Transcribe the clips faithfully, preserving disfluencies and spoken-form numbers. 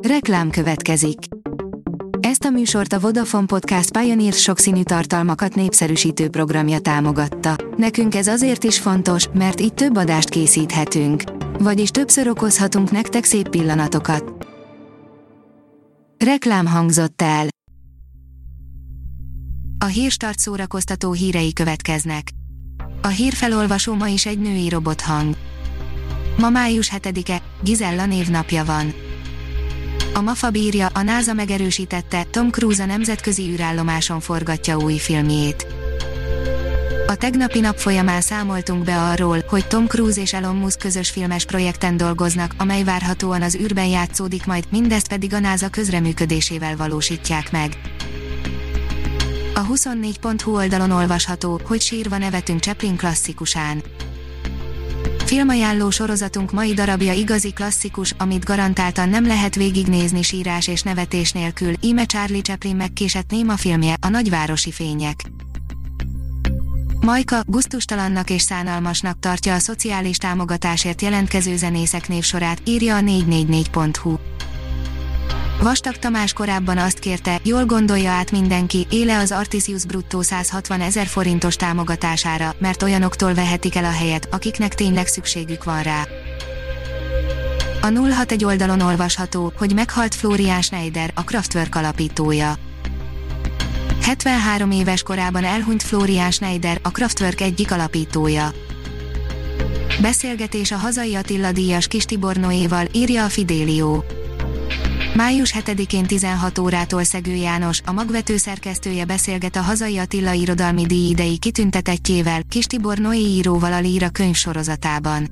Reklám következik. Ezt a műsort a Vodafone Podcast Pioneer sokszínű tartalmakat népszerűsítő programja támogatta. Nekünk ez azért is fontos, mert így több adást készíthetünk. Vagyis többször okozhatunk nektek szép pillanatokat. Reklám hangzott el. A Hírstart szórakoztató hírei következnek. A hírfelolvasó ma is egy női robothang. Ma május hetedike, Gizella névnapja van. A Mafab írja, a NASA megerősítette, Tom Cruise a nemzetközi űrállomáson forgatja új filmjét. A tegnapi nap folyamán számoltunk be arról, hogy Tom Cruise és Elon Musk közös filmes projekten dolgoznak, amely várhatóan az űrben játszódik majd, mindezt pedig a NASA közreműködésével valósítják meg. A huszonnégy pont hu oldalon olvasható, hogy sírva nevetünk Chaplin klasszikusán. Filmajánló sorozatunk mai darabja igazi klasszikus, amit garantáltan nem lehet végignézni sírás és nevetés nélkül, íme Charlie Chaplin megkésett néma filmje, a Nagyvárosi fények. Majka gusztustalannak és szánalmasnak tartja a szociális támogatásért jelentkező zenészek névsorát, írja a négy négy négy pont hu. Vastag Tamás korábban azt kérte, jól gondolja át mindenki, éle az Artisius bruttó száz hatvan ezer forintos támogatására, mert olyanoktól vehetik el a helyet, akiknek tényleg szükségük van rá. A nulla hatvanegy oldalon olvasható, hogy meghalt Florian Schneider, a Kraftwerk alapítója. hetvenhárom éves korában elhunyt Florian Schneider, a Kraftwerk egyik alapítója. Beszélgetés a hazai Attila díjas Kis Tibor Noéval, írja a Fidelio. május hetedikén tizenhat órától Szegő János, a magvető szerkesztője beszélget a hazai Attila irodalmi díj idei kitüntetettjével, Kis Tibor Noé íróval a Líra könyv sorozatában.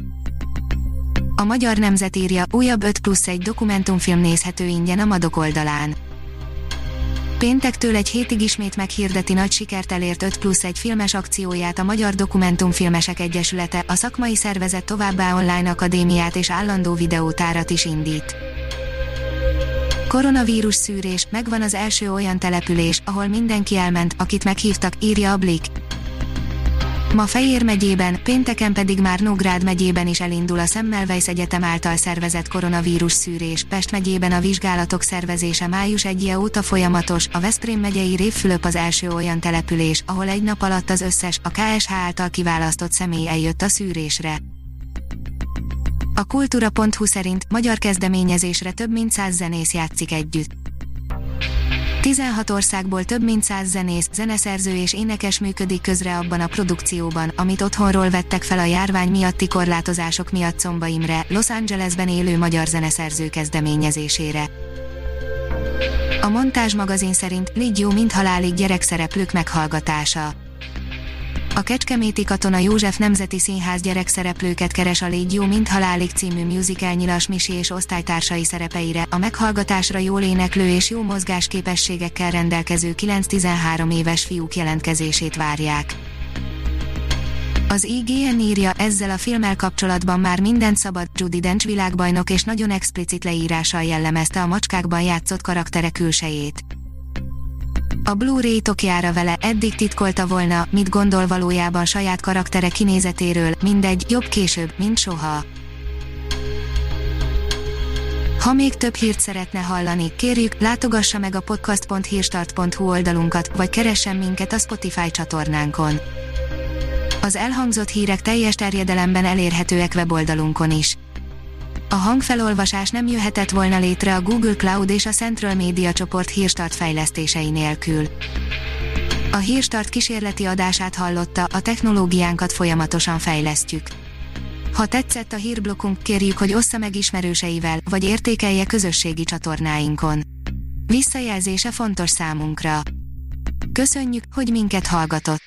A Magyar Nemzet írja, újabb öt plusz egy dokumentumfilm nézhető ingyen a Madok oldalán. Péntektől egy hétig ismét meghirdeti nagy sikert elért öt plusz egy filmes akcióját a Magyar Dokumentumfilmesek Egyesülete, a szakmai szervezet továbbá online akadémiát és állandó videótárat is indít. Koronavírus szűrés, megvan az első olyan település, ahol mindenki elment, akit meghívtak, írja a Blick. Ma Fejér megyében, pénteken pedig már Nógrád megyében is elindul a Semmelweis Egyetem által szervezett koronavírus szűrés, Pest megyében a vizsgálatok szervezése május elsejé óta folyamatos, a Veszprém megyei Révfülöp az első olyan település, ahol egy nap alatt az összes, a ká es há által kiválasztott személy eljött a szűrésre. A kultúra pont hu szerint magyar kezdeményezésre több mint száz zenész játszik együtt. tizenhat országból több mint száz zenész, zeneszerző és énekes működik közre abban a produkcióban, amit otthonról vettek fel a járvány miatti korlátozások miatt Szomba Imre, Los Angelesben élő magyar zeneszerző kezdeményezésére. A Montázs magazin szerint Légy jó, mint halálig gyerekszereplők meghallgatása. A Kecskeméti Katona József Nemzeti Színház gyerekszereplőket keres a Légy jó, mint halálig című musical Nyilas Misi és osztálytársai szerepeire, a meghallgatásra jól éneklő és jó mozgásképességekkel rendelkező kilenc-tizenhárom éves fiúk jelentkezését várják. Az i gé en írja, ezzel a filmmel kapcsolatban már mindent szabad, Judi Dench világbajnok és nagyon explicit leírással jellemezte a Macskákban játszott karaktere külsejét. A Blu-ray tokjára vele, eddig titkolta volna, mit gondol valójában saját karaktere kinézetéről, mindegy, jobb később, mint soha. Ha még több hírt szeretne hallani, kérjük, látogassa meg a podcast pont hírstart pont hu oldalunkat, vagy keressen minket a Spotify csatornánkon. Az elhangzott hírek teljes terjedelemben elérhetőek weboldalunkon is. A hangfelolvasás nem jöhetett volna létre a Google Cloud és a Central Media csoport Hírstart fejlesztései nélkül. A Hírstart kísérleti adását hallotta, a technológiánkat folyamatosan fejlesztjük. Ha tetszett a hírblokkunk, kérjük, hogy ossza meg ismerőseivel, vagy értékelje közösségi csatornáinkon. Visszajelzése fontos számunkra. Köszönjük, hogy minket hallgatott!